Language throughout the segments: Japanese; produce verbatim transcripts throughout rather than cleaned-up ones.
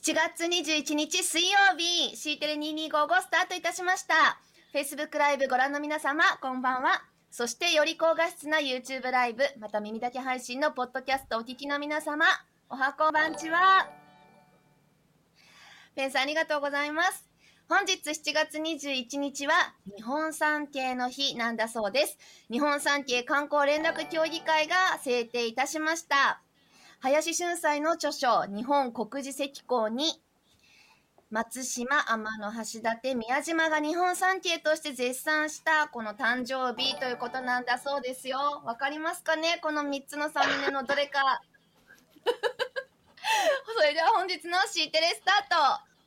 ちがつにじゅういちにち水曜日、シーテレにーにーごーごスタートいたしました。Facebook ライブご覧の皆様、こんばんは。そしてより高画質な YouTube ライブ、また耳だけ配信のポッドキャストお聞きの皆様、おはこんばんちは。ペンさんありがとうございます。本日しちがつにじゅういちにちは日本三景の日なんだそうです。日本三景観光連絡協議会が制定いたしました。林俊斎の著書日本国事石膏に松島、天橋立、宮島が日本三景として絶賛したこの誕生日ということなんだそうですよ。わかりますかね、このみっつのサムネのどれかそれでは本日の C テレスタート。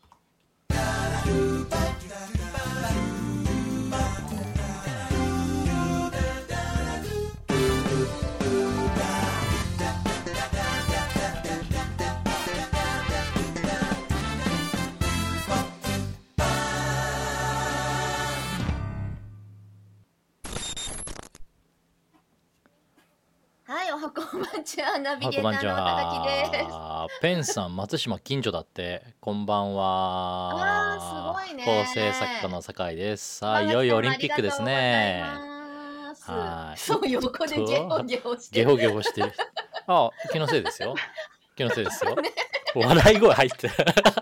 はい、おはこんばんちは、ナビゲーターの高木です。 ペンさん、松島近所だって。こんばんは。 あー、すごいね。 構成作家の酒井です。さあ、いよいよオリンピックですね。 はい。そう、横でゲホゲホしてる。ゲホゲホしてる。あ、気のせいですよ。気のせいですよ。ね、笑い声入ってる。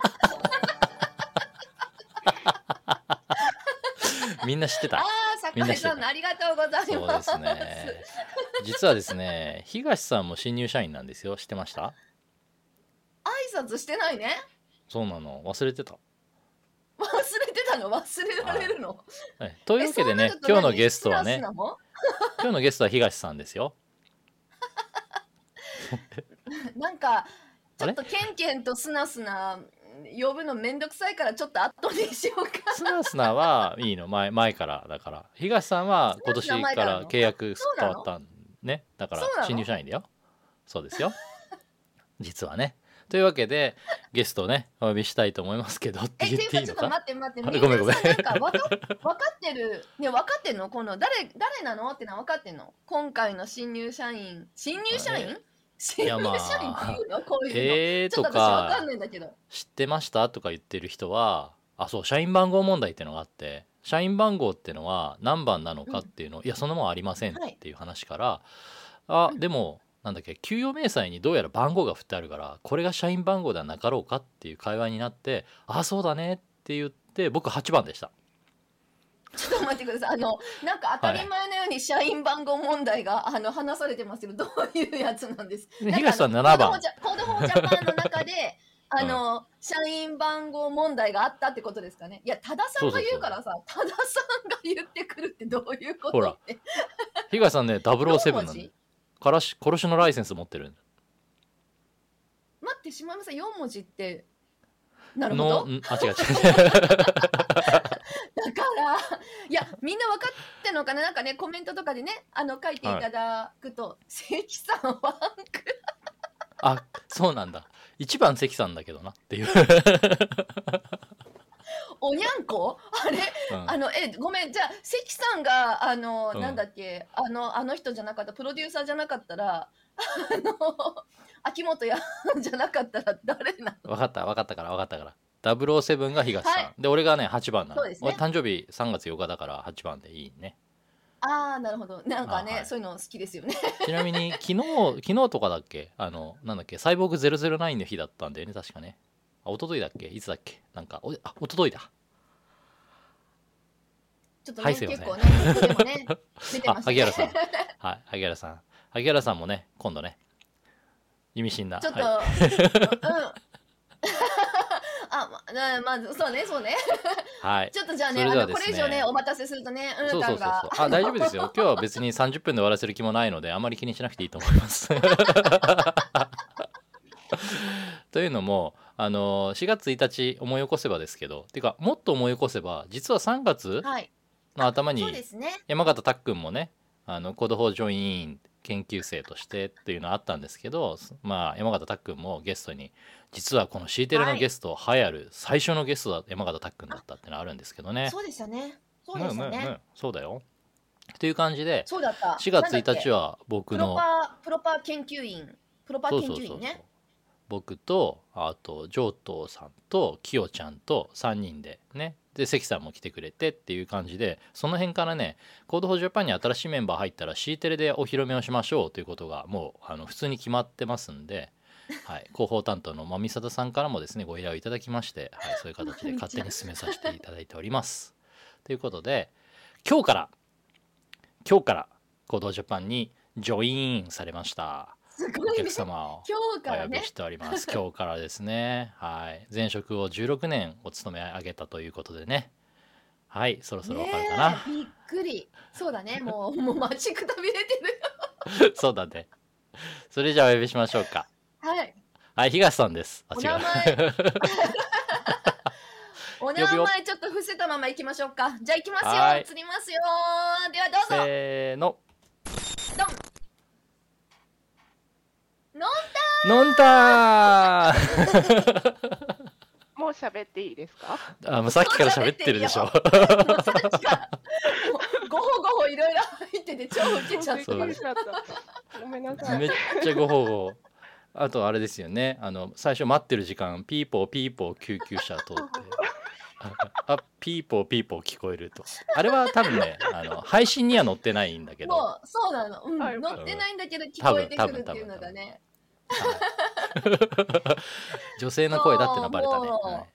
みんな知ってた。 あー、酒井さんありがとうございます。 そうですね。実はですね、東さんも新入社員なんですよ。知ってました？ 挨拶してないね。 そうなの。忘れてた。 忘れてたの？忘れられるの？ はい、というわけでね、今日のゲストはね、今日のゲストは東さんですよ。 なんかちょっとケンケンとスナスナ呼ぶのめんどくさいからちょっと後にしようか。 スナスナはいいの、前前からだから。東さんは今年から契約変わったんね。だから新入社員だよ。そうですよ。実はね。というわけでゲストをねお呼びしたいと思いますけどって言っていいのか。 え、ていうかちょっと待って待って。 ごめんごめん。 なんか分か分かってるね、分かってんの？この誰誰なのってのは分かってんの？今回の新入社員新入社員？新入社員っていうの？こういうの。 えーとかちょっと私分かんないんだけど。 知ってましたとか言ってる人は、あ、そう、社員番号問題っていうのがあって、社員番号っていうのは何番なのかっていうの、うん、いやそんなもんありませんっていう話から、はい、あ、でもなんだっけ、給与明細にどうやら番号が振ってあるからこれが社員番号ではなかろうかっていう会話になって、あ、そうだねって言って僕はちばんでした。 ちょっと待ってください。あのなんか当たり前のように社員番号問題が、はい、あの話されてますけど、どういうやつなんです？ 東さんななばん。 コードフォージャパンの中であの、うん、社員番号問題があったってことですかね。いや、多田さんが言うからさ、多田さんが言ってくるってどういうこと？ほら、 東さんね、ダブルオーセブンなんで。殺し、殺しのライセンス持ってる。 待って、島山さんよんもじって。なるほど。 あ、違う違う。だからいや、みんな分かってんのかな。なんかね、コメントとかでね、あの書いていただくと、はい、関さんワンクあ、そうなんだ。一番関さんだけどなっていうおにゃんこあれ、うん、あのえごめん、じゃあ関さんがあの、うん、なんだっけ、あのあの人じゃなかった、プロデューサーじゃなかったら、あの秋元やじゃなかったら誰なの？ 分かった分かったから分かったから。ダブルオーセブンが東さん、はい、で俺がねはちばんなの。そうですね、俺誕生日さんがつようかだからはちばんでいいね。 ああ、なるほど。なんかね、はい、そういうの好きですよね。 ちなみに昨日昨日とかだっけ、あのなんだっけ、サイボーグゼロゼロナインの日だったんだよね確かね。あ、一昨日だっけ、いつだっけ、なんかおあ一昨日だ。 ちょっとね、はい、結構ね、でもね、出てましたね。 あ、萩原さん、はい、萩原さん、萩原さんもね、今度ね、意味深な。 ちょっと、 はい、 うん。あ、ま、まあ、そうね、そうね。 はい。 ちょっとじゃあね、あのこれ以上ね、お待たせするとね、うん、 そうそうそうそう。あ、大丈夫ですよ。今日は別にさんじゅっぷんで終わらせる気もないので、あまり気にしなくていいと思います。というのも、あのしがつついたち思い起こせばですけど、てかもっと思い起こせば、実はさんがつの頭に山形たっくんもね、あのコードフォージョイン委員研究生としてっていうのはあったんですけど、まあ山形たっくんもゲストに、実はこの C テレのゲスト栄えある最初のゲストは山形たっくんだったってのあるんですけどね。 そうでしたね。そうでしたね。 ねねね、そうだよ。という感じで、 そうだった。 しがつついたちは僕のプロパープロパー研究員、プロパー研究員ね。そうそうそうそう、 僕とあと上東さんときよちゃんとさんにんでね、で関さんも来てくれてっていう感じで、その辺からねコードフォージャパンに新しいメンバー入ったら C テレでお披露目をしましょうということがもうあの普通に決まってますんで、はい、広報担当のまみさださんからもですねご依頼をいただきまして、はい、そういう形で勝手に進めさせていただいておりますということで、今日から今日からコードフォージャパンにジョインされましたお客様をお呼びしております。今日からですね。はい。前職をじゅうろくねんお勤め上げたということでね。はい、そろそろわかるかな。 びっくり。そうだね。もうもう待ちくたびれてる。そうだね。それじゃあお呼びしましょうか。 はい。 はい、東さんです。 あ、お名前。お名前ちょっと伏せたまま行きましょうか。じゃあ行きますよ。移りますよ。ではどうぞ。 せーの。 ドン。 のんたーもう喋っていいですか？ あ、もうさっきから喋ってるでしょ。もうさっきからごほごほいろいろ入ってて超ウケちゃった。 ごめんなさい。 めっちゃごほご。あとあれですよね。あの最初待ってる時間ピーポーピーポー救急車通って。あピーポーピーポー聞こえると、あれは多分ねあの配信には載ってないんだけど、 もうそうなの、うん、載ってないんだけど聞こえてくるっていうのがね、 女性の声だってのはバレたね。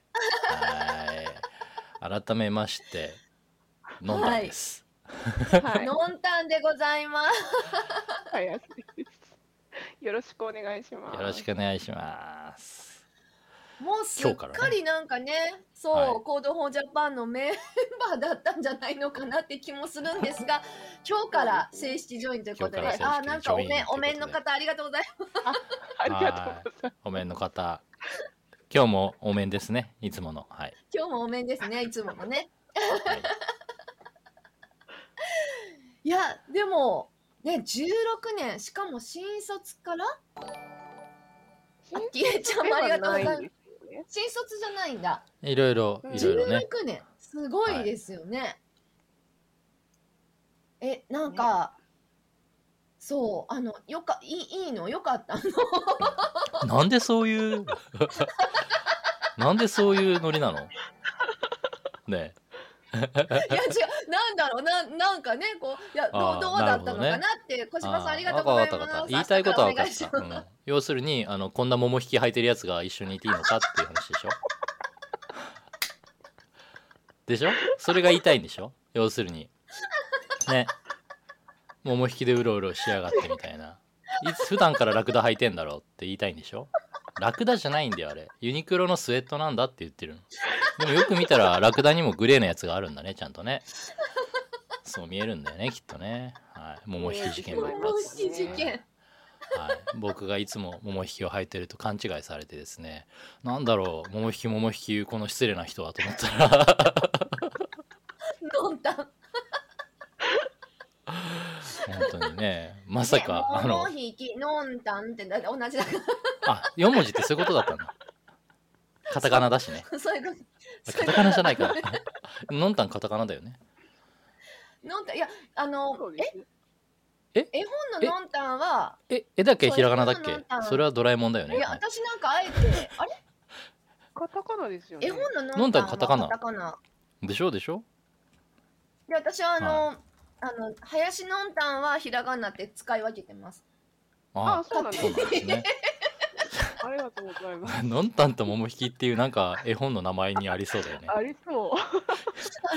はいはい、改めましてのんたんです。 はい、のんたんでございます。 はい、よろしくお願いします。 よろしくお願いします。 もうすっかりなんかね、そう、はい、コードフォージャパンのメンバーだったんじゃないのかなって気もするんですが、今日から正式ジョインということで、あ、なんかお面お面の方ありがとうございます。 ありがとうございます。 お面の方、今日もお面ですね、いつもの。はい。 今日もお面ですね、いつものね。はい、いやでもね、じゅうろくねん、しかも新卒から。あきえちゃんもありがとうございます。新卒じゃないんだ。 いろいろいろいろね。 じゅうろくねん、すごいですよね。はい、え、なんか、ね、そうあのよかいいいいのよかったの。 なんでそういうなんでそういうノリなの？ね。 いや違う、なんだろうな、なんかねこういやどうどうだったのかなって、ね、小島さんありがとうございます。 言いたいことは分かった。うん、要するにあのこんな桃引き履いてるやつが一緒にいていいのかっていう話でしょ。でしょ？それが言いたいんでしょ？要するにね、桃引きでうろうろしやがってみたいな。いつ普段からラクダ履いてんだろうって言いたいんでしょ？ラクダじゃないんだよあれ。ユニクロのスウェットなんだって言ってるの。でもよく見たらラクダにもグレーのやつがあるんだね、ちゃんとね。そう見えるんだよね、きっとね。はい、桃引き事件が一発。 桃引き事件。はい、 僕がいつも桃引きを履いてると勘違いされてですね、なんだろう、桃引き桃引きこの失礼な人はと思ったらのんたん。 本当にね、まさか、 ね、あの桃引きのんたんって同じだから。 あ、よん文字ってそういうことだったんだ。カタカナだしね。 そういうこと。 カタカナじゃないから。のんたんカタカナだよね。 のんたん、いやあのええ絵本ののんたんはえ絵だけひらがなだっけ？それはドラえもんだよね。 いや、私なんかあえてあれカタカナですよね。 絵本ののんたんカタカナ。 カタカナでしょでしょ。 で私はあの、はい、あの林のんたんはひらがなって使い分けてます。 ああ、そうなんですね。ありがとうございます。 のんたんと桃引きっていうなんか絵本の名前にありそうだよね。 ありそう。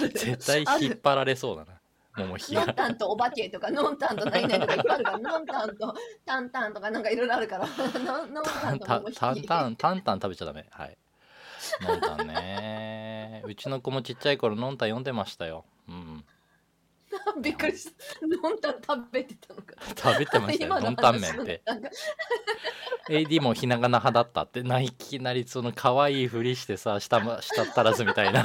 絶対引っ張られそうだな。桃引きのんたんとお化けとかのんたんと何々とかいっぱいあるから、のんたんとタンタンとかなんかいろいろあるからのんたんと桃引き。 タンタンタンタン食べちゃダメ。はい。のんたんね。うちの子もちっちゃい頃のんたん読んでましたよ。うん。 びっくりした。のんたん食べてたのか。 食べてましたよ。のんたん麺って。エーディー もひながな派だったってないきなりその可愛いふりしてさ下も下足らずみたいな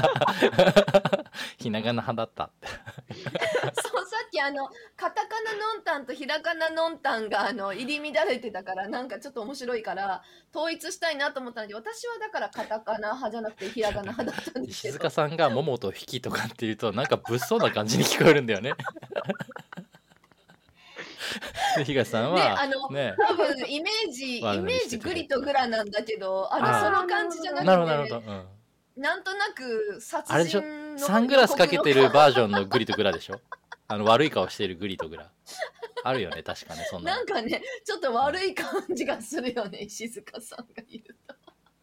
ひながな派だったってそうさっきあのカタカナのんたんとひらがなのんたんがあの入り乱れてたからなんかちょっと面白いから統一したいなと思ったので、私はだからカタカナ派じゃなくてひらがな派だったんですけど、 石塚さんが桃と引きとかっていうとなんか物騒な感じに聞こえるんだよねで東さんね、 はあの、 ね多分イメージ、イ悪乗メーりしててジグリとグラなんだけど、あの、 あーその感じじゃなくなるほどなるほて、 ど、うん、 なんとなくあれでしょ、 殺人のサングラスかけてる予告のバージョンのグリとグラでしょ。あの悪い顔しているグリとグラあるよね、確かね、そんなのなんかね、ちょっと悪い感じがするよね、静香さんが言うと。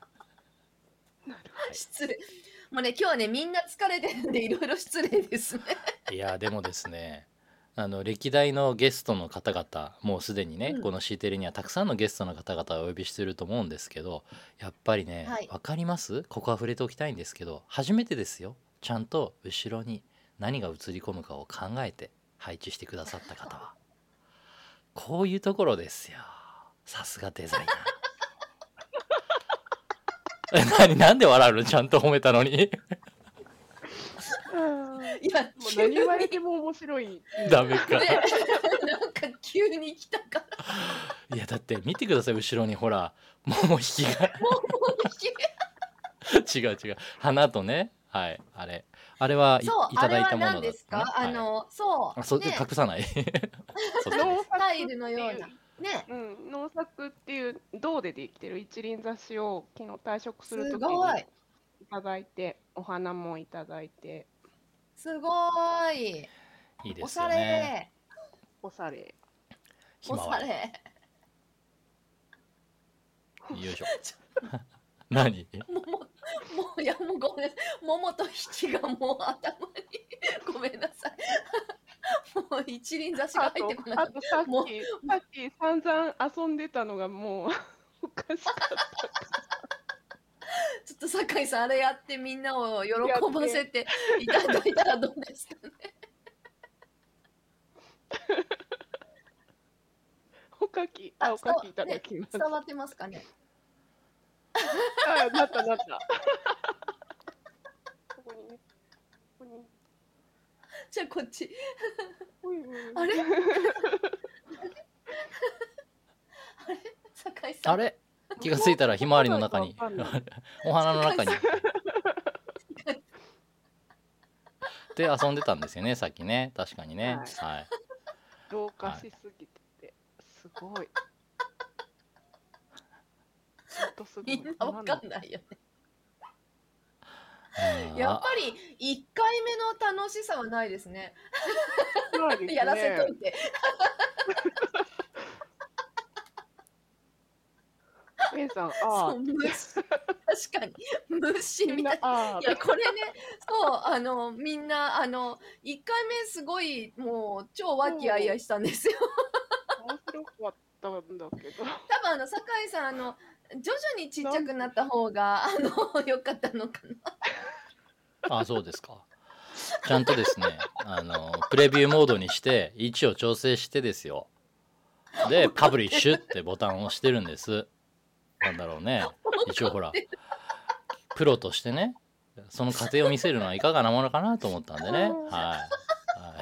はい失礼。もうね、今日はね、みんな疲れてるんで、いろいろ失礼ですね。 いやでもですね、あの歴代のゲストの方々もうすでにね、 うんこの シー テレにはたくさんのゲストの方々をお呼びしてると思うんですけど、やっぱりね、 はいわかります？ここは触れておきたいんですけど、初めてですよ、ちゃんと後ろに何が映り込むかを考えて配置してくださった方はこういうところですよ。さすがデザイナー。え、何、なんで笑うの？ちゃんと褒めたのに。 いや、 もう何言われても面白い。 ダメか。 ね、なんか急に来たから。 いやだって見てください、後ろにほら桃引きがもうもう引き違う違う、花とね、はい、あれあれはいそう、 いただいたもあれは何のだですか、 はいあの、そう、 あそね、 隠さないそうそう農スタイルのような。ね、 うん、農作っていう銅でできてる一輪挿しを昨日退職するときすごいにいただいて、お花もいただいて、 すごい。 いいでおしゃすよね。 れ。 おしゃれ。 おしゃひまわりれ。 よいしょ何もも、もう、いや、もうごめん。桃と引きがもう頭に。ごめんなさい。もう一輪挿しがあと入ってこなかっあとさっもうきさっき散々遊んでたのがもうおかしかった。 た。ちょっと酒井さん、あれやってみんなを喜ばせていただいたらどうですかね。 おかき、あ、おかきいただきます。 伝わってますかね。 あ、なったなった。ここにね、ここに。 じゃあこっち。 おいおいあれあれ酒井さん。 あれ気がついたらひまわりの中にわかんないお花の中にで遊んでたんですよね、さっきね。確かにね、 はいはい、 老化しすぎてて、すごい。ほんとすごい。 みんなわかんないよね。 うんやっぱり一回目の楽しさはないですね。 ないですねやらせといて。 メイさん、 そあう虫確かに虫みんみたないあいやこれね、そうあのみんなあのいっかいめすごいもう超和気あいあいしたんですよ。 面白かったんだけど。 多分あの酒井さんあの徐々にちっちゃくなった方があの良かったのかな。 あ、そうですか。ちゃんとですね、あのプレビューモードにして位置を調整してですよ。でパブリッシュってボタンを押してるんです。なんだろうね。一応ほらプロとしてね、その過程を見せるのはいかがなものかなと思ったんでね。はい。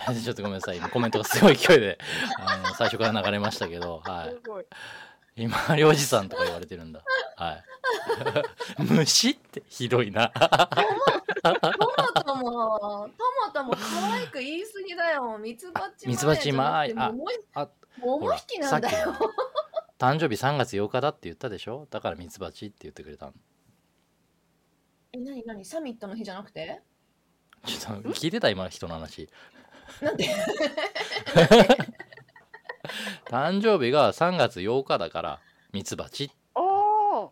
はい、ちょっとごめんなさい。今コメントがすごい勢いであの最初から流れましたけど、はい。 すごい。 今りおじさんとか言われてるんだ。はい。虫ってひどいな。 トマトもトマトも可愛く言い過ぎだよ。ミツバチミツバチ前あ桃あ桃ほら引きなんだよ。 さっきの誕生日さんがつようかだって言ったでしょ。だからミツバチって言ってくれたの。 え、なになにサミットの日じゃなくて？ ちょっと聞いてた今の人の話。 なんで？ 誕生日がさんがつようかだからミツバチ。 ああ。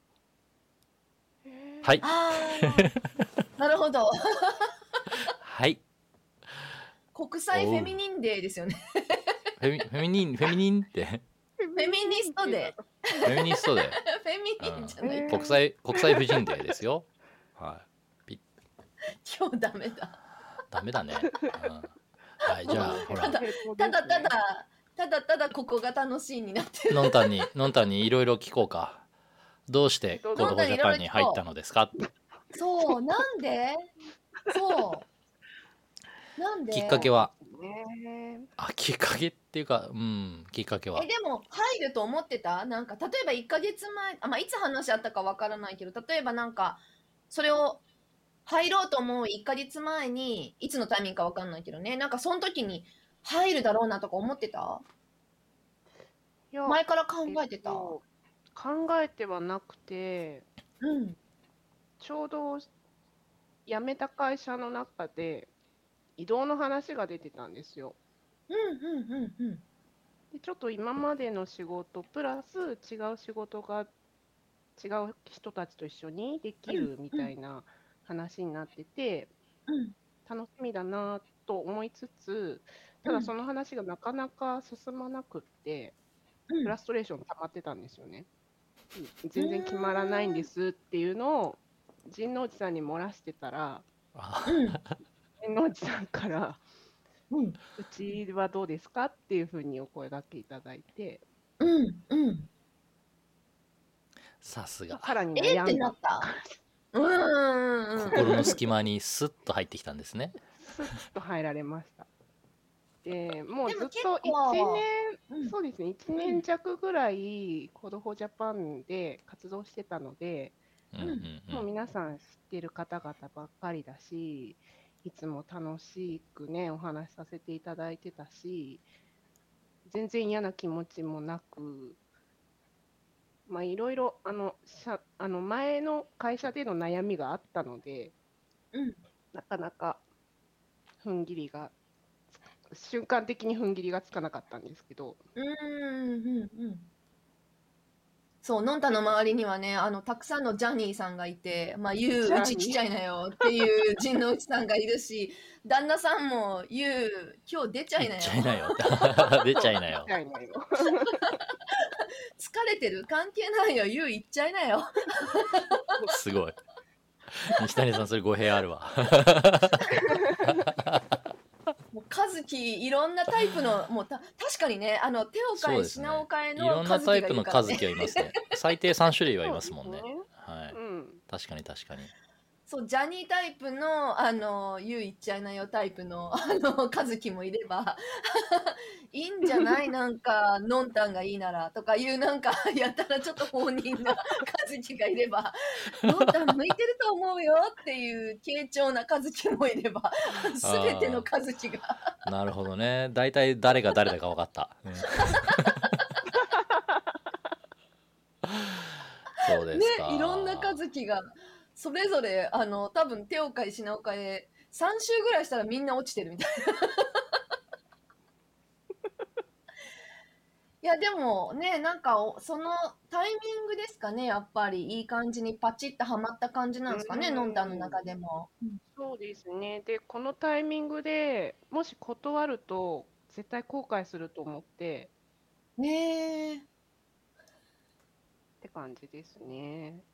はいああ、なるほど。 はい。 国際フェミニンデーですよね。 フェミフェミニンフェミニンってフェミニストデー。 フェミニストで、 フェミニンじゃないうん、 か。 国際国際婦人デーですよ。はい。 今日ダメだ。 ダメだね。うん、はい、じゃあほらただただただただただここが楽しいになってる。 のんたんにのんたんにいろいろ聞こうか。どうしてコードフォージャパンに入ったのですか。 そうなんで？そうなんで？ きっかけは。 ね。 あ、きっかけっていうか、うん、きっかけはえでも入ると思ってた？なんか例えばいっかげつまえ、あ、まあ、いつ話し合ったかわからないけど、例えばなんかそれを入ろうと思ういっかげつまえにいつのタイミングかわかんないけどね、なんかその時に入るだろうなとか思ってた？ いや、 前から考えてた？ えっと、考えてはなくて、 うん。 ちょうど辞めた会社の中で移動の話が出てたんですよ。 うんうんうんうん。 で、ちょっと今までの仕事プラス違う仕事が違う人たちと一緒にできるみたいな話になってて、 うん。 楽しみだなと思いつつ、ただその話がなかなか進まなくって、フラストレーション溜まってたんですよね。全然決まらないんですっていうのを陣内さんに漏らしてたら、陣内さんからうん、 うちはどうですかっていうふうにお声掛けいただいて、 うんうんさすがさらにえーって悩んだ。 なった。うんうんうん。 心の隙間にスッと入ってきたんですね。 スッと入られました。でもうでも結ずっと1 構、 年、 うんそうですね、いちねん弱ぐらい、コドフォージャパンで活動してたので、 うんうんうんもう皆さん知ってる方々ばっかりだし、いつも楽しくね、お話しさせていただいてたし、全然嫌な気持ちもなく、まあいろいろ、あの、社あの前の会社での悩みがあったので、 うんなかなか踏ん切りが、瞬間的に踏ん切りがつかなかったんですけど、 うんうんうん。そう、のんたの周りにはね、あの、たくさんのジャニーさんがいて、まあ、ゆう、 ジャニーうち来ちゃいなよっていう陣内さんがいるし、旦那さんも、ゆう、今日出ちゃいなよ。 出ちゃいなよ。出ちゃいなよみ。たいなよ。 疲れてる関係ないよ、ゆう行っちゃいなよ。 すごい。西谷さんそれ語弊あるわ。 もう和樹いろんなタイプのもうた確かにね、あの手を変え、品を変えのいろんなタイプの和樹樹はいますね。最低さん種類はいますもんね。 そうですねはい、 うん、 確かに確かに。 そうジャニータイプのあのゆう言っちゃいなよタイプのあの和樹もいればいいんじゃないなんかのんたんがいいならとかいうなんかやったらちょっと本人な和樹がいればのんたん向いてると思うよっていう軽調な和樹もいれば全ての和樹がなるほどね。大体誰が誰だか分かった。うんそうですか。 ね、いろんな和樹がそれぞれあの多分手を変え品を変えさん週ぐらいしたらみんな落ちてるみたいないやでもねなんかそのタイミングですかねやっぱりいい感じにパチッとはまった感じなんですかねのんたんの中でも、 そうですね。で、このタイミングでもし断ると絶対後悔すると思ってねえって感じですね。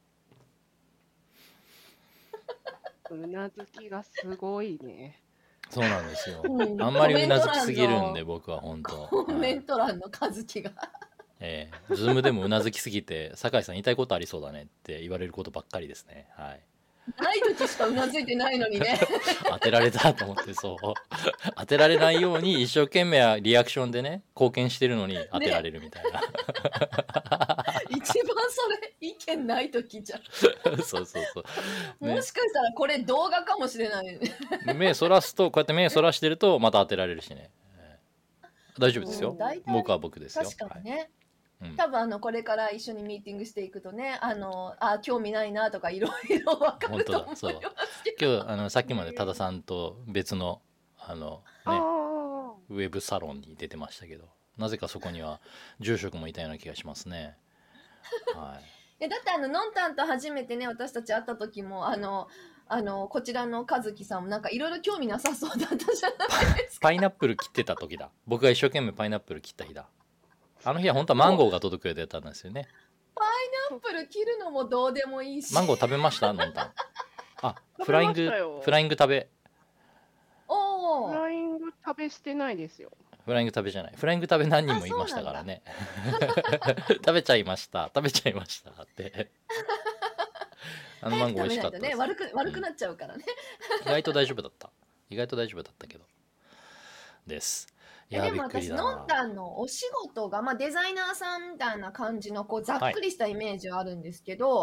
うなずきがすごいね。 そうなんですよ。 うん、 あんまりうなずきすぎるんで僕は本当。 コメント欄の和樹がええー、ズームでもうなずきすぎて酒井さん言いたいことありそうだねって言われることばっかりですね。はい。 ない時しかうなずいてないのにね当てられたと思ってそう当てられないように一生懸命リアクションでね貢献してるのに当てられるみたいな、ね、 一番それ意見ない時じゃんそうそうそう、 ね、もしかしたらこれ動画かもしれない目そらすとこうやって目そらしてるとまた当てられるしね、大丈夫ですよ、僕は僕ですよ。 確かにね、はいうん、 多分あのこれから一緒にミーティングしていくとねあのあ興味ないなとかいろいろ分かると思いますけど今日あのさっきまで多田さんと別のあの、ね、ウェブサロンに出てましたけどなぜかそこには住職もいたような気がしますね。はい、 いやだってあののんたんと初めてね私たち会った時もあのあのこちらの和樹さんもなんかいろいろ興味なさそうだったじゃないですか。 パイナップル切ってた時だ。僕が一生懸命パイナップル切った日だ。あの日は本当はマンゴーが届く予定だったんですよね。 パイナップル切るのもどうでもいいし。 マンゴー食べましたのんたん。あ、フライングフライング食べ。 おお。 フライング食べしてないですよ。 フライング食べじゃない。フライング食べ何人もいましたからね。食べちゃいました。食べちゃいましたって。あのマンゴー美味しかったです。 ね、悪く悪くなっちゃうからね、 うん。意外と大丈夫だった。意外と大丈夫だったけど。です。 いやでも私のんたんのお仕事が、まあ、デザイナーさんみたいな感じのこうざっくりしたイメージはあるんですけど、はい、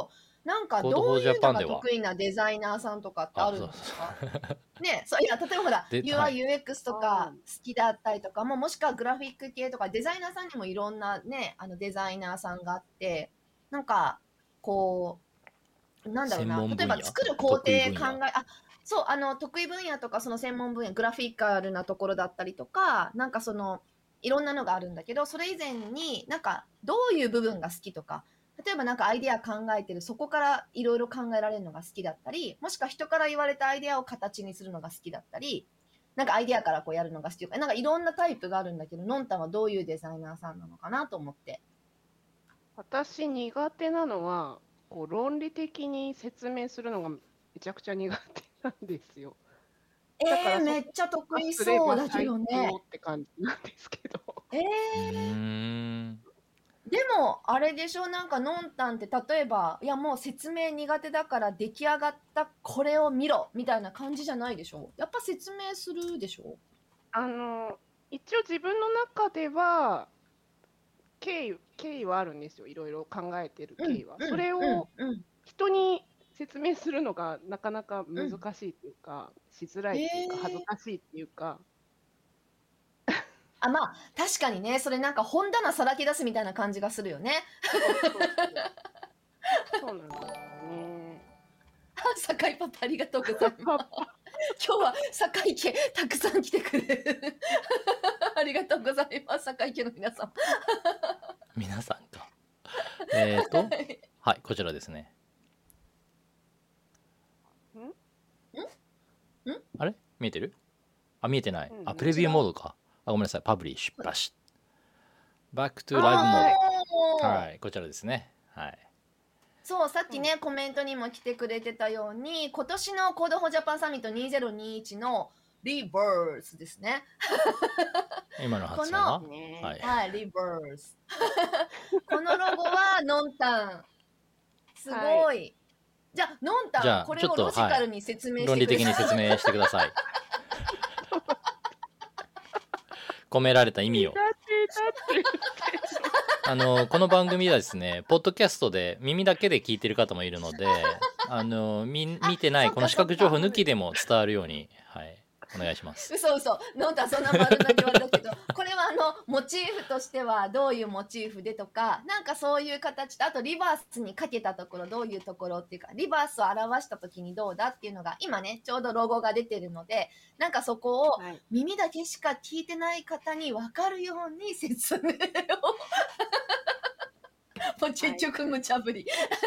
なんかどういうのが得意なデザイナーさんとかってあるんですか？ね、そういや例えばほら ユーアイユーエックス とか好きだったりとかも、もしくはグラフィック系とかデザイナーさんにもいろんなねあのデザイナーさんがあって、なんかこうなんだろうな、例えば作る工程考えあそうあの得意分野とかその専門分野グラフィカルなところだったりとか、なんかそのいろんなのがあるんだけど、それ以前になんかどういう部分が好きとか、例えばなんかアイデア考えてるそこからいろいろ考えられるのが好きだったり、もしくは人から言われたアイデアを形にするのが好きだったり、なんかアイデアからこうやるのが好きとか、なんかいろんなタイプがあるんだけど、のんたんはどういうデザイナーさんなのかなと思って。 私苦手なのはこう論理的に説明するのがめちゃくちゃ苦手なんですよ。 えー、めっちゃ得意そうだけどね。 って感じなんですけど。 えー、でもあれでしょ、なんかのんたんって例えばいやもう説明苦手だから出来上がったこれを見ろみたいな感じじゃないでしょ。やっぱ説明するでしょ。 あの一応自分の中では経緯経緯はあるんですよ。いろいろ考えてる経緯は、うん、それを人に説明するのがなかなか難しいっていうか、うん、しづらいっていうか、恥ずかしいっていうか。 あ、まあ確かにね、それなんか本棚さらけ出すみたいな感じがするよね。 そうなんですよね。 酒井パパありがとうございます。今日は酒井家たくさん来てくれる。ありがとうございます、酒井家の皆さん。 皆さんか。えっと、はい、こちらですね。 ん？ ん？ あれ？見えてる？あ、見えてない。あ、プレビューモードか。あ、ごめんなさい。パブリッシュ、バシッ。バックトゥライブモード。はい、こちらですね。はい。 そう、さっきね、うん、コメントにも来てくれてたように、今年のコードフォージャパンサミットにせんにじゅういちのリバースですね。 今の発音は、 はい、はい、リバース。このロゴはのんたん。すごい。はい、じゃあ、のんたん、これをロジカルに説明してください。 論理的に説明してください。込められた意味を。あのこの番組はですね、ポッドキャストで耳だけで聞いてる方もいるので、あの 見, 見てないこの視覚情報抜きでも伝わるように、はい、お願いします。 嘘嘘、のんたそんな丸投げはだけど、これはあのモチーフとしてはどういうモチーフでとか、なんかそういう形と、あとリバースにかけたところどういうところっていうか、リバースを表した時にどうだっていうのが今ねちょうどロゴが出てるので、なんかそこを耳だけしか聞いてない方に分かるように説明をもう結局無茶ぶり。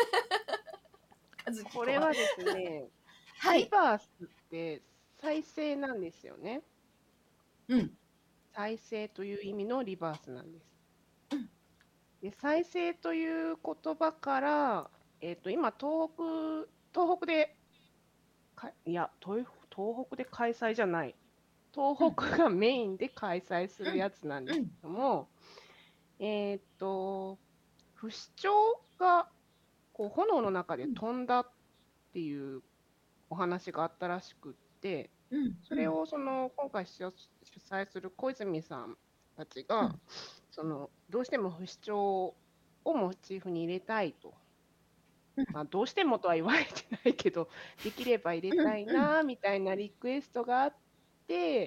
これはですね、はい、リバースって再生なんですよね。 うん。 再生という意味のリバースなんです。うん、で再生という言葉から、えーと、今東北東北でかいや東東北で開催じゃない。東北がメインで開催するやつなんですけども、うん、えっ、ー、と不死鳥がこう炎の中で飛んだっていうお話があったらしくって、うん、それをその今回主催する小泉さんたちが、うん、そのどうしても不死鳥をモチーフに入れたいと、うん、まあ、どうしてもとは言われてないけどできれば入れたいなみたいなリクエストがあって、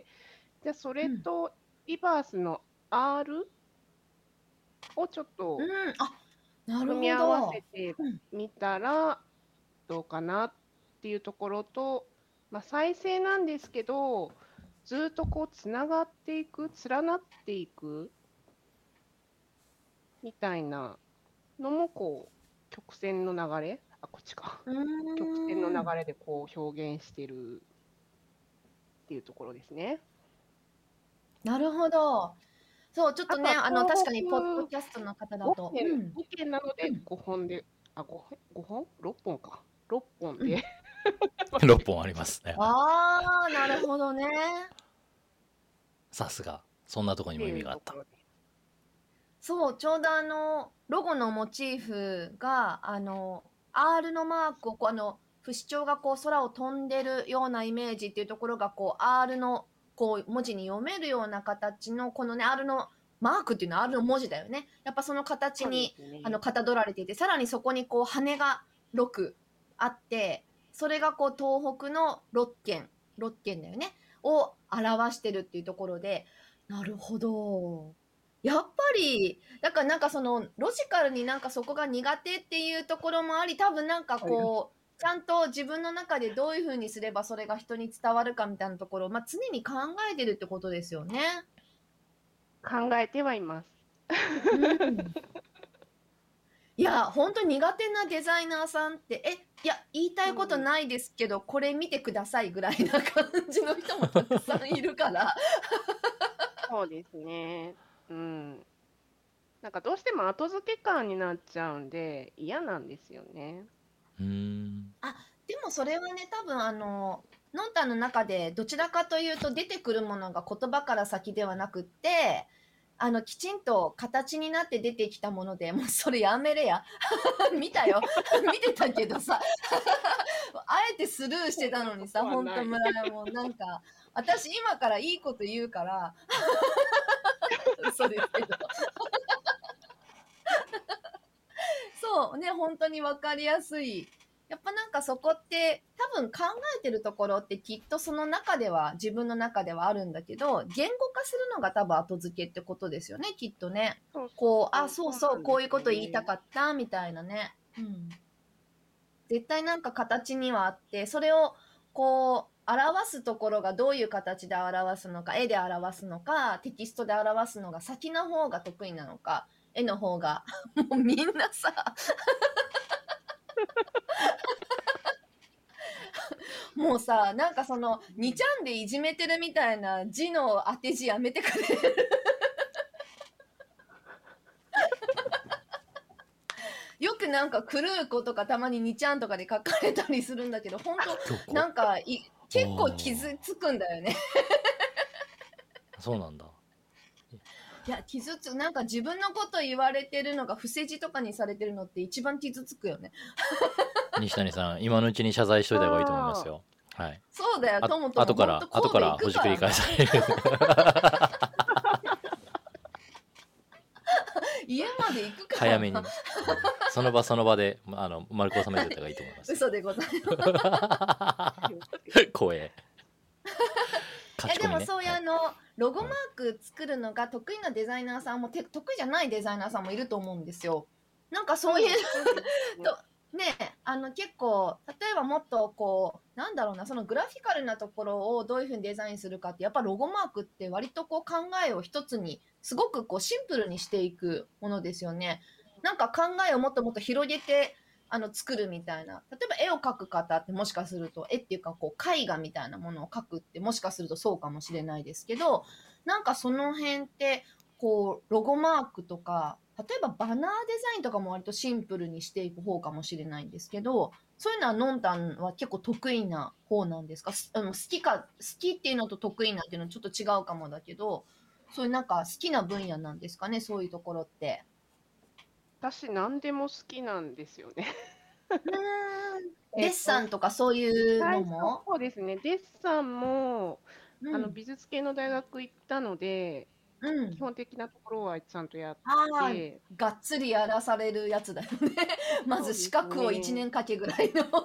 じゃあそれとリバースの R をちょっと組み合わせてみたらどうかなっていうところと、まあ、再生なんですけどずっとこうつながっていく、連なっていくみたいなのもこう曲線の流れ、あ、こっちか、曲線の流れでこう表現してるっていうところですね。 なるほど。そう、ちょっとね、あの確かにポッドキャストの方だとごけん、ごけんなのでごほんで、うん、あ、ごほん ?ろっ 本か。ろっぽんで、 うん、ろっぽんありますね。 ああ、なるほどね。 さすが、そんなとこにも意味があった。 そう、ちょうどあのロゴのモチーフがあの R のマークをこうあの不死鳥がこう空を飛んでるようなイメージっていうところがこう R のこう文字に読めるような形のこのね R のマークっていうのは R の文字だよね。やっぱその形に、ね、あのかたどられていて、さらにそこにこう羽がろくあって、それがこう東北のろっけん、ろっけんだよね、を表してるっていうところで、なるほど。やっぱり、だからなんかそのロジカルになんかそこが苦手っていうところもあり、多分なんかこう、ちゃんと自分の中でどういう風にすればそれが人に伝わるかみたいなところを、まあ、常に考えてるってことですよね。 考えてはいます。 うん。いや、ほんと苦手なデザイナーさんって、え、いや、言いたいことないですけど、これ見てくださいぐらいな感じの人もたくさんいるから。 そうですね。うん。なんかどうしても後付け感になっちゃうんで、嫌なんですよね。 うーん。 あ、でもそれはね、多分あの、のんたんの中でどちらかというと出てくるものが言葉から先ではなくって、あの、きちんと形になって出てきたもので、もうそれやめれや。見たよ。見てたけどさ。あえてスルーしてたのにさ、ほんと村井もなんか、私今からいいこと言うから、嘘ですけど。そうね、本当に分かりやすい。やっぱなんかそこって多分考えてるところってきっとその中では自分の中ではあるんだけど、言語化するのが多分後付けってことですよね、きっとね。 そうそうこう、あ、 そう、 そうそう、こういうこと言いたっかったみたいなね。うん。絶対なんか形にはあって、それをこう表すところがどういう形で表すのか、絵で表すのか、テキストで表すのが先の方が得意なのか、絵の方が、もうみんなさ、もうさ、なんかそのにちゃんでいじめてるみたいな字の当て字やめてくれる。よくなんかクルーコとかたまににちゃんとかで書かれたりするんだけど、本当なんかい結構傷つくんだよね。 そうなんだ。 いや、傷つ、なんか自分のこと言われてるのが伏せ字とかにされてるのって一番傷つくよね。 西谷さん、今のうちに謝罪しといた方がいいと思いますよ。はい。 そうだよ、ともとも。 後から、後からほじくり返される。 家まで行くから。 早めに。その場その場で、あの、丸く収めてた方がいいと思います。 嘘でございます。光栄。 いやでもそういうあのロゴマーク作るのが得意なデザイナーさんもて得意じゃないデザイナーさんもいると思うんですよ。なんかそういうとねあの結構例えばもっとこうなんだろうなそのグラフィカルなところをどういうふうにデザインするかってやっぱロゴマークって割とこう考えを一つにすごくこうシンプルにしていくものですよね。なんか考えをもっともっと広げてあの作るみたいな。例えば絵を描く方ってもしかすると絵っていうかこう絵画みたいなものを描くってもしかするとそうかもしれないですけど、なんかその辺ってこうロゴマークとか例えばバナーデザインとかも割とシンプルにしていく方かもしれないんですけど、そういうのはのんたんは結構得意な方なんですか？あの好きか好きっていうのと得意なっていうのはちょっと違うかもだけど、そういうなんか好きな分野なんですかね、そういうところって。 私何でも好きなんですよね。 うーんデッサンとかそういうのも、 そうですね、デッサンも、 うん、 あの美術系の大学行ったので、 うん、 基本的なところはちゃんとやっああ、 て、 がっつりやらされるやつだよね。まず資格をいちねんかけぐらいの。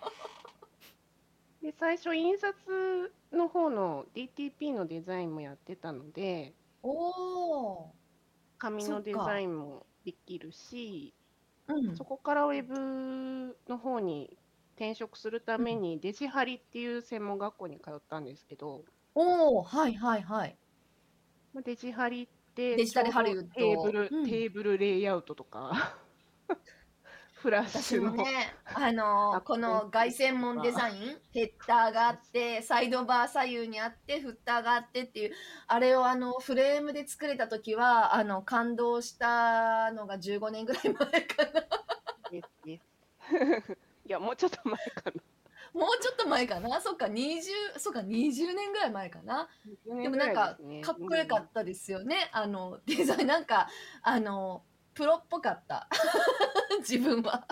で、最初印刷の方の ディーティーピー のデザインもやってたので、 おー、 紙のデザインもできるし、 うん、 そこからウェブの方に転職するためにデジハリっていう専門学校に通ったんですけど、 おお、はいはいはい。 まあデジハリってデジタルちょうどハリウッド。 テーブル、 うん、 テーブルレイアウトとかフラッシ私ュのもね、あのーこの外専門デザイン、ヘッダーがあって、サイドバー左右にあって、フッターがあってっていう、あれをあのフレームで作れた時は、あの感動したのがじゅうごねんぐらい前かな。 ですです。いや、もうちょっと前かな。 もうちょっと前かな。そっか、にじゅう、そっか、にじゅうねんぐらい前かな。でもなんか、かっこよかったですよね。あの、デザイン、なんか、あの、プロっぽかった。自分は。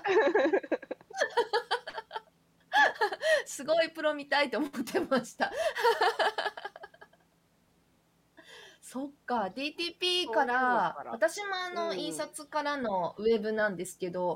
すごいプロみたいと思ってました。そっか、ディーティーピー から、私もあの、印刷からのウェブなんですけど、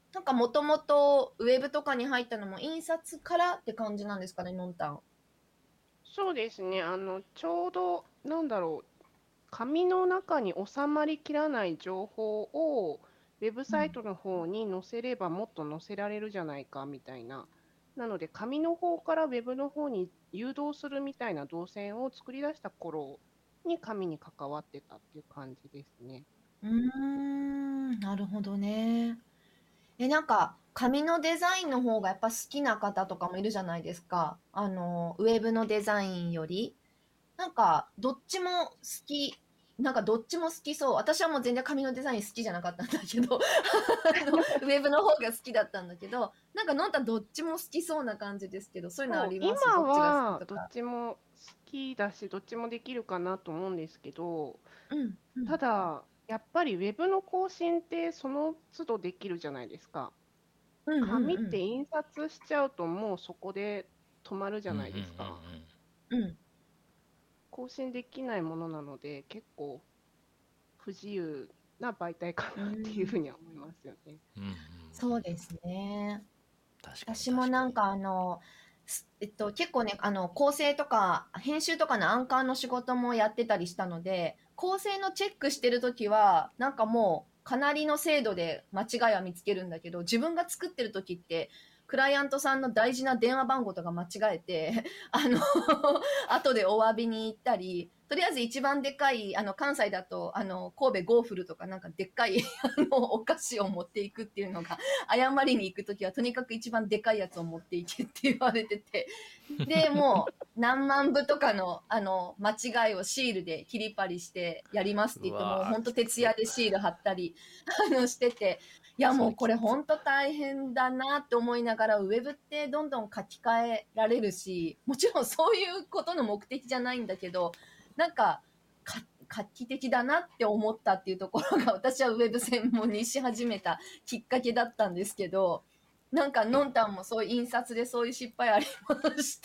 なんかもともとウェブとかに入ったのも印刷からって感じなんですかね、のんたん。 そうですね。あの、ちょうど、なんだろう、紙の中に収まりきらない情報を、ウェブサイトの方に載せればもっと載せられるじゃないかみたいな。なので、紙の方からウェブの方に誘導するみたいな動線を作り出した頃に紙に関わってたっていう感じですね。 うーん、なるほどね。え、なんか、紙のデザインの方がやっぱ好きな方とかもいるじゃないですか。あの、ウェブのデザインより。なんか、どっちも好き、なんかどっちも好きそう。私はもう全然紙のデザイン好きじゃなかったんだけど、あのウェブの方が好きだったんだけど、なんかのんたんどっちも好きそうな感じですけど、そういうのあります？ 今どっちが好きはどっとか。 ちも好きだし、どっちもできるかなと思うんですけど、 うん、うん、 ただ、やっぱりウェブの更新ってその都度できるじゃないですか。 うん、うん、 紙っうん。 て印刷しちゃうともうそこで止まるじゃうんうんないですか。 うん。 更新できないものなので、結構不自由な媒体かうなっていうふうん 。 には思いますよね。 うんうんうん。 そうですね。 確かに私も確かに。 なんかあの、すえっと、結構ね、あの、構成とか、編集とかのアンカーの仕事もやってたりしたので、構成のチェックしてるときは、なんかもう、かなりの精度で間違いは見つけるんだけど、自分が作ってるときって、クライアントさんの大事な電話番号とか間違えて、あの、後でお詫びに行ったり、とりあえず一番でかい、あの、関西だと、あの、神戸ゴーフルとかなんかでっかい、あの、お菓子を持っていくっていうのが、謝りに行くときはとにかく一番でかいやつを持っていけって言われてて、で、もう何万部とかの、あの、間違いをシールで切りパリしてやりますって言って、もうほんと徹夜でシール貼ったり、あの、してて、いやもうこれほんと大変だなって思いながら、ウェブってどんどん書き換えられるし、もちろんそういうことの目的じゃないんだけど、なんか、か画期的だなって思ったっていうところが私はウェブ専門にし始めたきっかけだったんですけど、なんかのんたんもそういう印刷でそういう失敗ありました？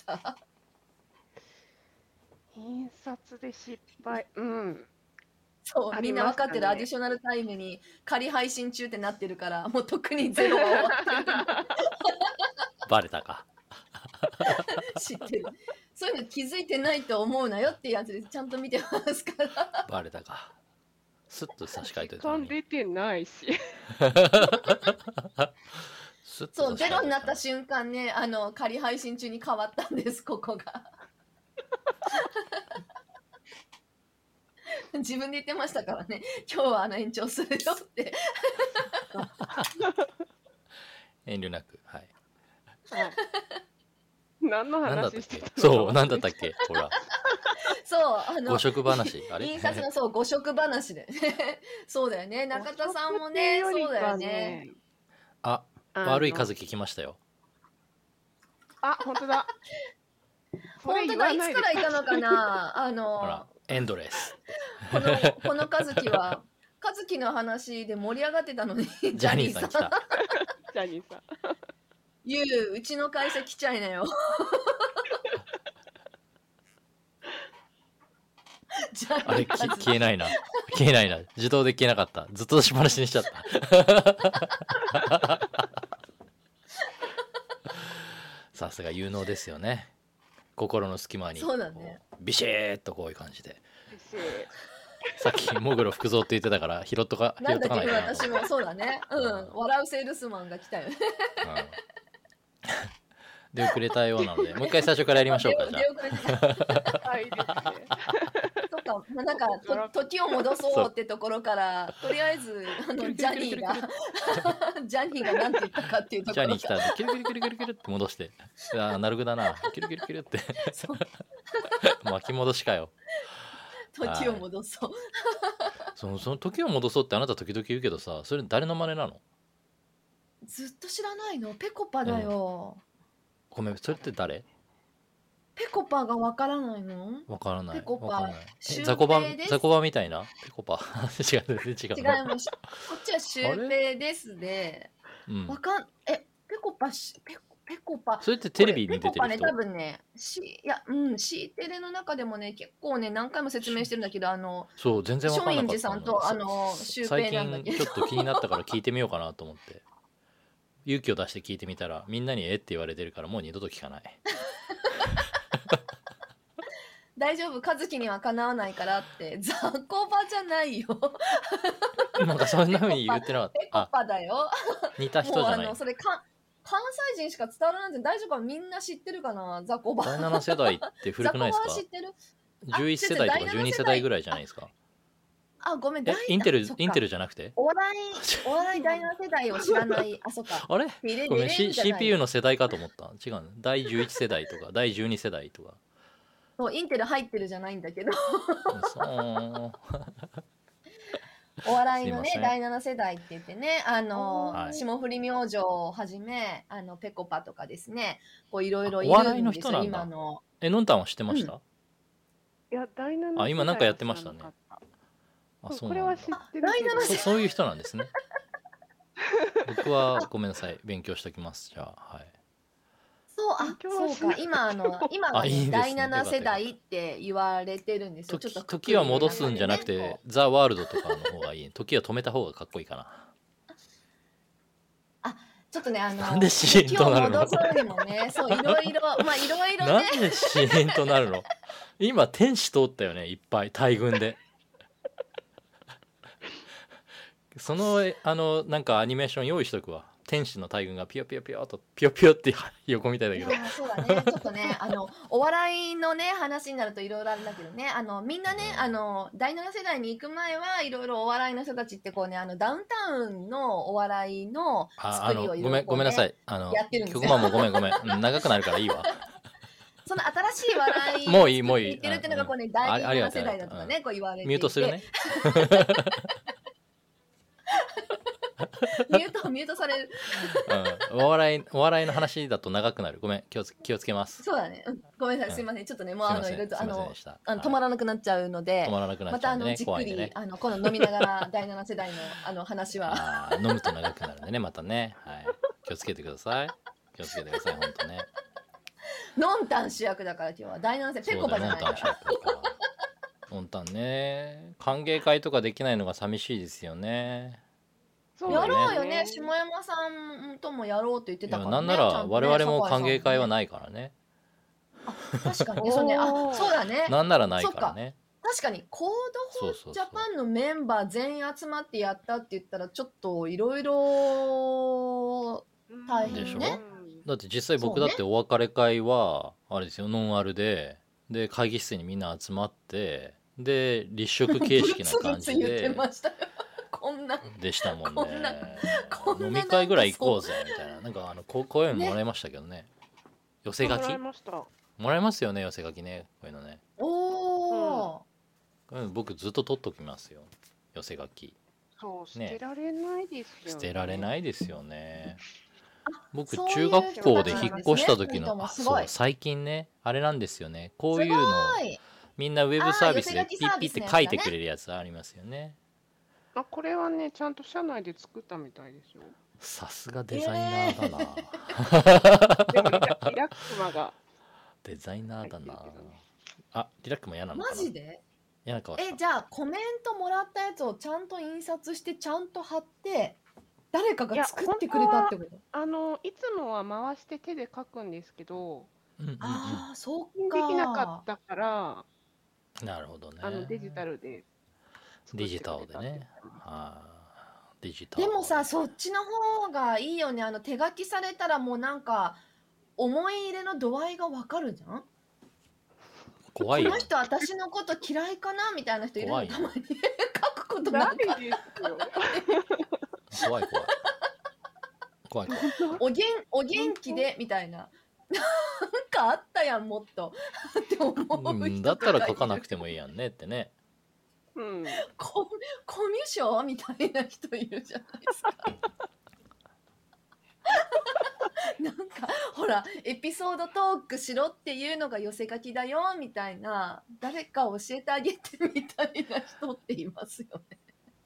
印刷で失敗、うん。 そう、みんな分かってる、アディショナルタイムに仮配信中ってなってるから、もう特にゼロは終わってる。 バレたか。 知ってる。そういうの気づいてないと思うなよっていうやつです。ちゃんと見てますから。 バレたか。スッと差し替えて時間出てないし。 そう、ゼロになった瞬間ね、あの、仮配信中に変わったんです、ここが。自分で言ってましたからね、今日はあの延長するよって。 遠慮なく、はい。 はい。何の話してたの？ そう、何だったっけほら。 そう、あの、 誤植話あれ印刷のそう、誤植話で。そうだよね。中田さんもね、そうだよね。 あ、悪い数聞きましたよ。 あ、本当だ。 本当だ、いつからいたのかなあの、 ほら、エンドレス。 この、この和樹は、和樹の話で盛り上がってたのに、 ジャニーさん来た。 ジャニーさん。 ゆう、うちの会社来ちゃいなよ。 あれ、消えないな。消えないな。自動で消えなかった。ずっとしっぱなしにしちゃった。さすが有能ですよね。心の隙間に。 そうだね。 ビシーっとこういう感じで。さっきもぐろ福蔵って言ってたから拾っとか拾っとかないとな。 私もそうだね。うん。笑うセールスマンが来たよね。 出遅れたようなので、もう一回最初からやりましょうか。じゃあ。はい、いいですね。 とか、なんかと時を戻そうってところから、とりあえずあのジャニーがジャニーがなんて言ったかっていうところ。 ジャニー来たらキュルキュルキュルキュルキュルって戻して、あなるぐだな、キュルキュルキュルって巻き戻しかよ。 時を戻そう。 そのその時を戻そうってあなた時々言うけどさ、それ誰の真似なの？ ずっと知らないの？ペコパだよ。 ごめん、それって誰？ ペコパがわからないの？ わからない。 ペコパ。 ザコバザコバみたいなペコパ。違う全然違う。 違います。こっちはシュウペイですで。わかんえペコパしペコペコパ。 それってテレビに出てる人？ ペコパね、多分ね、しいやうん C テレの中でもね結構ね何回も説明してるんだけど、あのそう全然わかんなかった。 松陰寺さんとあのシュウペイなんだけど。 最近ちょっと気になったから聞いてみようかなと思って。 勇気を出して聞いてみたらみんなにえって言われてるからもう二度と聞かない。 大丈夫、和樹にはかなわないからって。雑魚場じゃないよ。 なんかそんな風に言ってなかった。 ペコパだよ。 似た人じゃない。 もうあのそれか関西人しか伝わらないんで大丈夫か、みんな知ってるかな、雑魚場。 だいなな世代って古くないですか？ 知ってる？ じゅういち世代とかじゅうに世代ぐらいじゃないですか。 あ、ごめん、 えインテルインテルじゃなくて？ お笑いお笑いだいなな世代を知らない。あ、そっか。 あれ？ごめん、C、シーピーユー の世代かと思った。違うの。だいじゅういち世代とかだいじゅうに世代とか。 そう、インテル入ってるじゃないんだけど。そうお笑いのねだいなな世代って言ってね、あの、はい、霜降り明星をはじめあのペコパとかですね、こういろいろいるんですよ。お笑いの人なんだ。今のえのんたんは知ってました？うん、 いやだいななあ、今なんかやってましたね。 あ、そうこれは知ってるけどそ, そういう人なんですね。僕はごめんなさい、勉強しておきます。じゃあ、はい。 そう、あ、そうか、今あの今は、ね、いいね、だいなな世代って言われてるんですよ。ちょっと時は戻すんじゃなくて、ね、ザ・ワールドとかの方がいい。時は止めた方がかっこいいかな。 あ、ちょっとね、あのなんでシーンとなるの？ 時を戻すにもね、そういろいろ、まあいろいろね。 なんでシーンとなるの？今天使通ったよね、いっぱい大群で。そのあのなんかアニメーション用意しとくわ。天使の大群がピヨピヨピヨとピヨピヨって横みたいだけど。 いやそうだね。ちょっとね、あのお笑いのね話になるといろいろあるんだけどね、あのみんなね、あのだいなな世代に行く前はいろいろお笑いの人たちってこうね、あのダウンタウンのお笑いの作りをいろいろ、ね、 ごめんごめんなさい。あのやってるんですよ。曲間もごめんごめん、うん、長くなるからいいわ。 その新しい笑いもういいもういい。 言ってるっていうのがこうね、だいなな世代だとかね、こう言われていて。 ミュートするね。 ミュートミュートされる、 うん、お笑いお笑いの話だと長くなる。ごめん、気をつ気をつけます。 そうだね、うん、ごめんなさい、すいません、ちょっとねもうあのいろいろあのあの止まらなくなっちゃうので、 止まらなくなっまちゃうんで、ね、 たあのじっくり、ね、あの今度飲みながらだいなな世代のあの話はあ飲むと長くなるんでね、またね、はい、気をつけてください。気をつけてください、本当ね。 のんたん主役だから今日はだいなな世代ペコパじゃないから。 のんたんね、歓迎会とかできないのが寂しいですよね。 やろうよね、下山さんともやろうって言ってたからね。 なんなら我々も歓迎会はないからね。 あ、確かにね、そうね、あ、そうだね。 なんならないからね。 確かにコードフォージャパンのメンバー全員集まってやったって言ったらちょっといろいろ大変ね。でしょ？ だって実際僕だってお別れ会はあれですよ、ノンアルでで会議室にみんな集まってで立食形式な感じで。 言ってましたよ。こんなでしたもんね。 こんなこんな飲み会ぐらい行こうぜみたいな、なんかあのこうこういうのもらいましたけどね。ね、寄せ書きもらいました。もらいますよね、寄せ書きね、こういうのね。 おお、 うん、僕ずっと取っときますよ、寄せ書き。 そう、捨てられないですよね。 捨てられないですよね。僕中学校で引っ越した時の、あ、そう最近ねあれなんですよね、こういうのみんなウェブサービスでピッピって書いてくれるやつありますよね。 あ、これはねちゃんと社内で作ったみたいですよ。 さすがデザイナーだな。 でもリラリラックマがデザイナーだな。あ、リラックマ嫌なのかな。 マジで？ 嫌な顔した。 え、じゃあコメントもらったやつをちゃんと印刷してちゃんと貼って誰かが作ってくれたってこと？ あのいつもは回して手で書くんですけど、 うんうんうん、 ああそうか。できなかったから、 なるほどね。 あのデジタルで。 デジタルでね。はあ、デジタル。 でもさ、そっちの方がいいよね。あの手書きされたらもうなんか思い入れの度合いがわかるじゃん。 怖いよ。 この人私のこと嫌いかなみたいな人いるのたまに書くことなんかないですよ。 怖い怖い。怖い怖い。 おげんお元気でみたいな。なんかあったやんもっとって思う人、 うん、だったら書かなくてもいいやんねってね。 うん、 コ, コミュ障みたいな人いるじゃないですか。なんかほらエピソードトークしろっていうのが寄せ書きだよみたいな、誰か教えてあげてみたいな人っていますよね。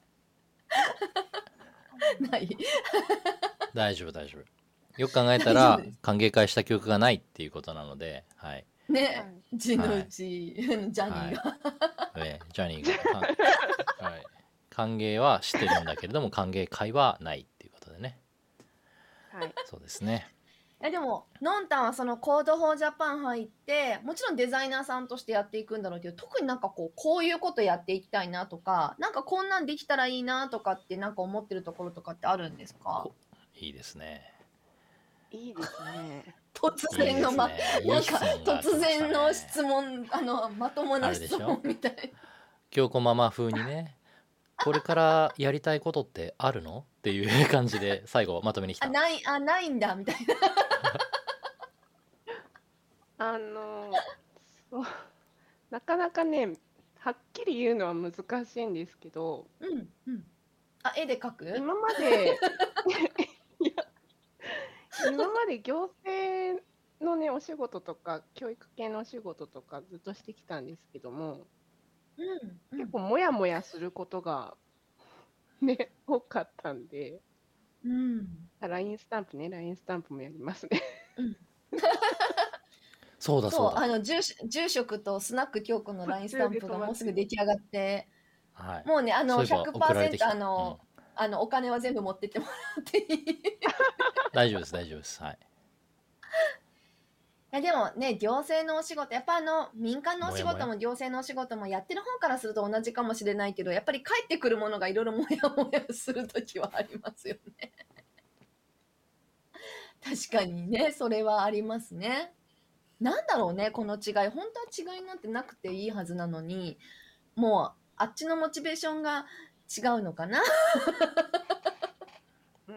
ない大丈夫大丈夫。よく考えたら歓迎会した記憶がないっていうことなので、はい。 ね、字のうち、はい、ジャニーが、 はい、ジャニーが、はい、歓迎はしてるんだけれども歓迎会はないっていうことでね。 ははい、 そうですね。 えでものんたんはそのコードフォージャパン入ってもちろんデザイナーさんとしてやっていくんだろうけど、特になんかこうこういうことやっていきたいなとか、なんかこんなんできたらいいなとかってなんか思ってるところとかってあるんですか？ いいですね。 いいですね。 突然のま、 いいなんか質問が突然の質問、あのまともな質問みたいな。 京子ママ風にね、これからやりたいことってあるのっていう感じで最後まとめに来た。 あないあないんだみたいな。 あのそうなかなかねはっきり言うのは難しいんですけど、 うんうん。あ絵で描く？ 今までいや今まで行政のねお仕事とか教育系のお仕事とかずっとしてきたんですけども、 うんうん、 結構モヤモヤすることがね多かったんで、 うん、 ライン スタンプね ライン スタンプもやりますね。 うんそうだそうだ。 そうあの 住, 住職とスナック京子の ライン スタンプがもうすぐ出来上がって、 はい、 もうねあのそういえば送られてきひゃくパーセントた。 あの、うん、あのお金は全部持ってってもらっていい？ 大丈夫です大丈夫です。はい。 いやでもね行政のお仕事やっぱあの民間のお仕事も行政のお仕事もやってる方からすると同じかもしれないけど、やっぱり返ってくるものがいろいろもやもやする時はありますよね。確かにねそれはありますね。なんだろうねこの違い、本当は違いなんてなくていいはずなのに、もうあっちのモチベーションが違うのかな。 うん、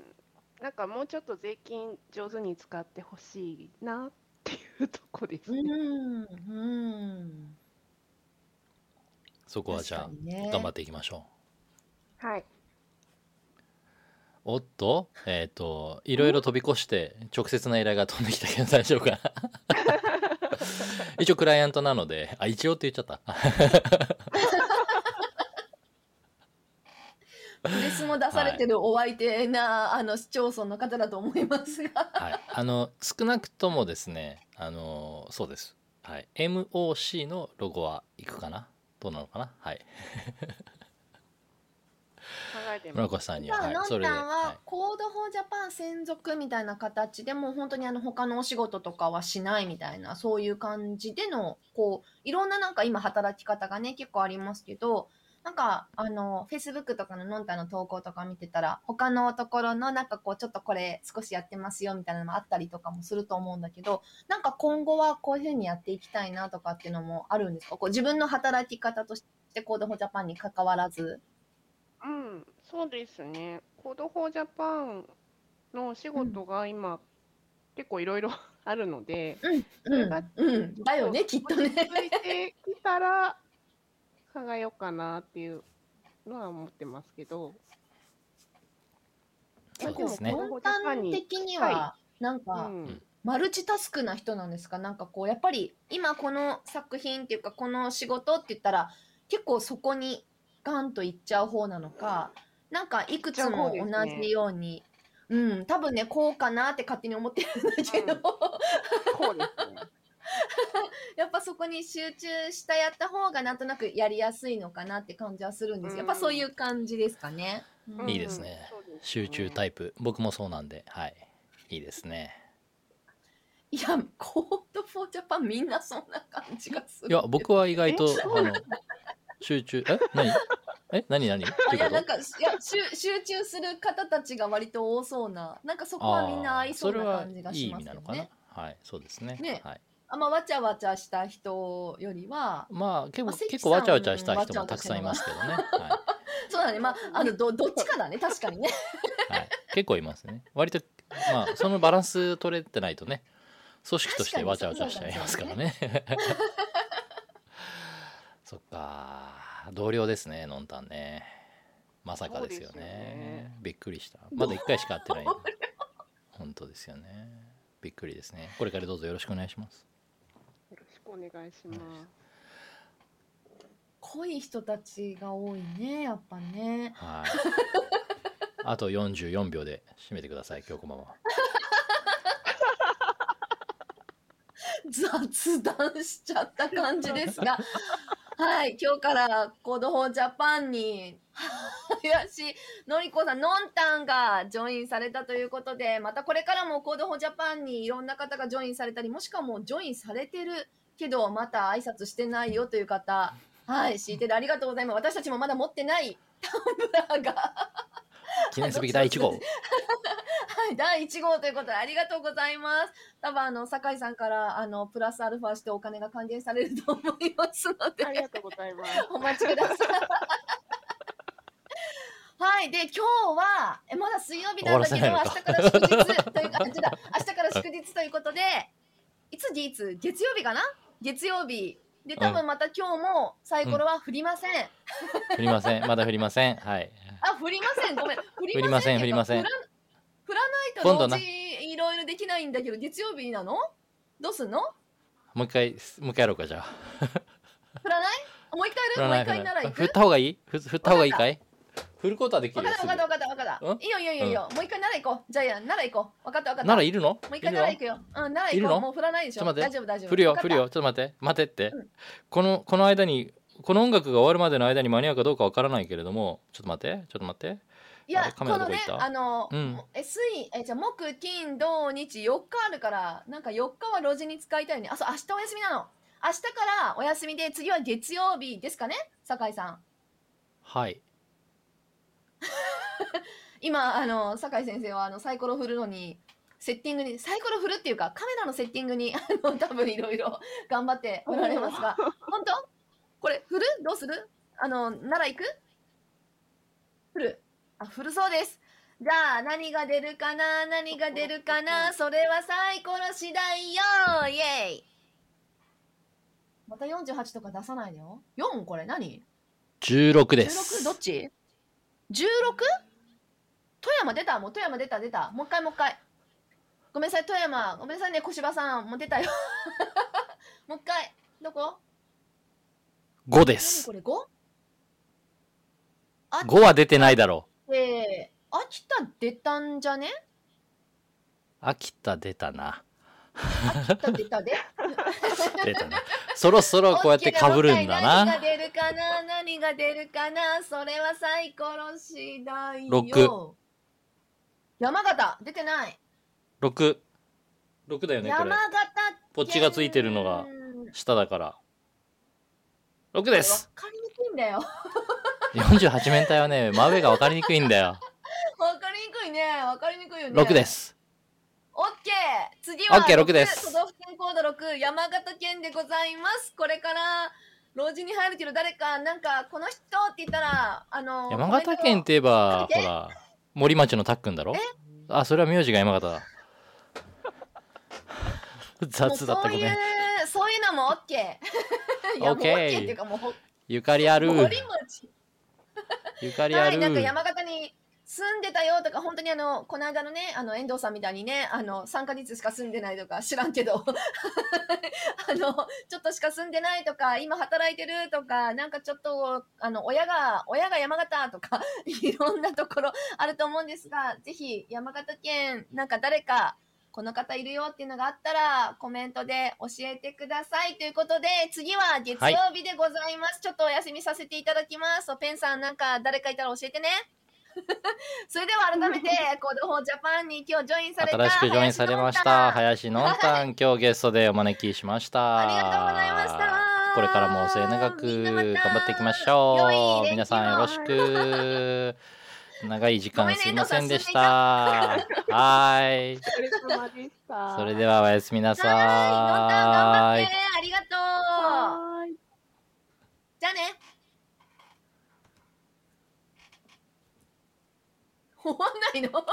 なんかもうちょっと税金上手に使ってほしいなっていうとこですね。 うんうんそこはじゃあ、ね、頑張っていきましょう。はい。 おっとえっ、ー、といろいろ飛び越して直接な依頼が飛んできたけど大丈夫かな。一応クライアントなので、あ一応って言っちゃった。 プレスも出されてるお相手な、はい、あの市町村の方だと思いますが、 はい、あの少なくともですね、あのそうです、はい、エムオーシー のロゴはいくかな、どうなのかな。はい。村越さんには、はい、 のんたんはコードフォージャパン専属みたいな形でもう本当にあの他のお仕事とかはしないみたいな、そういう感じでのこういろんななんか今働き方がね結構ありますけど、なんかあの Facebook とかののんたんの投稿とか見てたら他のところのなんかこうちょっとこれ少しやってますよみたいなのもあったりとかもすると思うんだけど、なんか今後はこういう風にやっていきたいなとかっていうのもあるんですか？こう自分の働き方としてコードフォージャパンに関わらず。 うん、そうですね。コードフォージャパンのお仕事が今、うん、結構いろいろあるので、 うん、それが、うん、だよね、きっとね。 続いてきたら考えようかなっていうのは思ってますけど。 そうですね。根幹的には、なんか、うん、マルチタスクな人なんですか？なんかこう、やっぱり今この作品っていうか、この仕事って言ったら、結構そこにガンといっちゃう方なのか、なんかいくつも同じように、うね、うん、多分ね、こうかなって勝手に思ってるんだけど、うん、 そうですね。 やっぱそこに集中したやった方がなんとなくやりやすいのかなって感じはするんです。やっぱそういう感じですかね。 うん、いいですね。集中タイプ、僕もそうなんで、はい、いいですね。 いや、コードフォージャパンみんなそんな感じがする。 いや、僕は意外とあの集中、え、何？え、何何？いや、なんか、いや、集中する方たちが割と多そうな、なんかそこはみんな合いそうな感じがしますよね。 はい、そうですね。 ね、 はい。 あんまわちゃわちゃした人よりは、 まあ結構、まあ、結構わちゃわちゃした人もたくさんいますけどね。はい。 そうだね、まあ、あのどどっちかだね、確かにね。 はい、結構いますね。割とまあそのバランス取れてないとね、組織としてわちゃわちゃしちゃいますからね。そっか、同僚ですね、のんたんね。まさかですよ ね, よね。びっくりした。まだいっかいしか会ってない。本当ですよね。びっくりですね。これからどうぞよろしくお願いします。 よろしくお願いします。 濃い人たちが多いね、やっぱね。 はい。あとよんじゅうよんびょうで締めてください、京子ママ。 雑談しちゃった感じですが、はい、今日からコードフォージャパンに林のりこさん、のんたんがジョインされたということで、またこれからもコードフォージャパンにいろんな方がジョインされたり、もしくはもうジョインされてるけど、また挨拶してないよという方、はい、知っててありがとうございます。私たちもまだ持ってないタンブラーが。 記念すべきだいいち号。 はい、だいいち号ということでありがとうございます。多分あの酒井さんからあのプラスアルファしてお金が還元されると思いますので、 ありがとうございます。 お待ちください。はい、で今日はえまだ水曜日なんだけど、明日から祝日というか、明日から祝日ということで、いついつ月曜日かな？月曜日で多分また今日もサイコロは振りません。うん、 振りません。まだ振りません。はい。 あ、振りません。ごめん。振りません。振りません。 振らないと同時いろいろできないんだけど、月曜日なの？どうすんの？ もう一回もう一回やろうかじゃあ。 振らない？もう一回やる？もう一回ならいく？ 振った方がいい？振った方がいいかい？振ることはできるよ。 分かった分かった分かった分かった。いいよいいよいいよ。もう一回なら行こう。じゃあやなら行こう。分かった分かった。 ならいるの？ もう一回なら行くよ。うん、なら行こう。もう振らないでしょ。大丈夫大丈夫。 振るよ振るよ。ちょっと待って待ってって。このこの間にこの音楽が終わるまでの間に間に合うかどうかわからないけれども、ちょっと待ってちょっと待って。 いやこのねあのえ水えじゃ木金土日よっかあるから、なんかよっかは路地に使いたいね。あ、そう明日お休みなの。明日からお休みで、次は月曜日ですかね、酒井さん。 はい。 今あの酒井先生はあのサイコロ振るのにセッティングにサイコロ振るっていうかカメラのセッティングにあの多分いろいろ頑張っておられますが、本当これ振る？どうする？あの奈良行く？振る？あ、振るそうです。じゃあ何が出るかな何が出るかな、それはサイコロ次第よ。イエイ。またよんじゅうはちとか出さないでよ。よんこれ何？ じゅうろくです。 じゅうろくどっち？ じゅうろく？ 富山出た。もう富山出た出た。もう一回もう一回。ごめんなさい富山。ごめんなさいね小柴さん。もう出たよ。もう一回。どこ？ ごです。 これ ご？ ご は出てないだろう。えー、秋田出たんじゃね？ 秋田出たな。 秋田出たで。 出たな。そろそろこうやって被るんだな。 何が出るかな何が出るかな、それはサイコロ次第よ。 ろく。 山形出てない。 ろく。ろくだよねこれ。 山形ポッチがついてるのが下だから。ろくです。 わかりにくいんだよ。 よんじゅうはち面体はね、真上が分かりにくいんだよ。 分かりにくいね。分かりにくいよね。 ろくです。 オッケー。次はオッケーろくです。 都道府県コードろく、山形県でございます。これから老人に入るけど誰かなんかこの人って言ったらあの山形県って言えばほら森町のたっくんだろ。あ、それは名字が山形だ。雑だったごめん。 そういうそういうのもオッケー。 オッケー。 オッケーっていうかもうゆかりある。 森町。 ゆかりある。 はい、なんか山形に住んでたよとか、本当にあのこの間のねあの遠藤さんみたいにねあのさんかげつしか住んでないとか知らんけどあのちょっとしか住んでないとか今働いてるとかなんかちょっとあの親が親が山形とかいろんなところあると思うんですが、ぜひ山形県なんか誰かこの方いるよっていうのがあったらコメントで教えてくださいということで、次は月曜日でございます、はい、ちょっとお休みさせていただきます。ペンさんなんか誰かいたら教えてね。それでは改めてコードフォージャパンに今日ジョインされた新しくジョインされました林のんたん、今日ゲストでお招きしました。 ありがとうございました。 これからも末永く頑張っていきましょう。皆さんよろしく。長い時間すいませんでした。はい。それではおやすみなさい。 はい、ありがとう。じゃあね。終わんないの？こ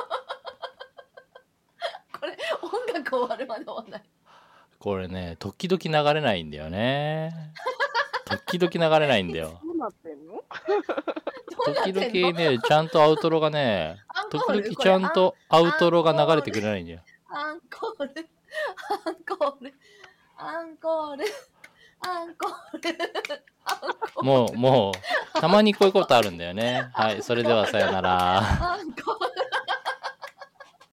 れ音楽終わるまで終わんない。 これね時々流れないんだよね。時々流れないんだよ。 どうなってんの？ 時々ねちゃんとアウトロがね時々ちゃんとアウトロが流れてくれないんだよ。 アンコールアンコールアンコールアンコールもうもうたまにこういうことあるんだよね。はい、それではさよなら。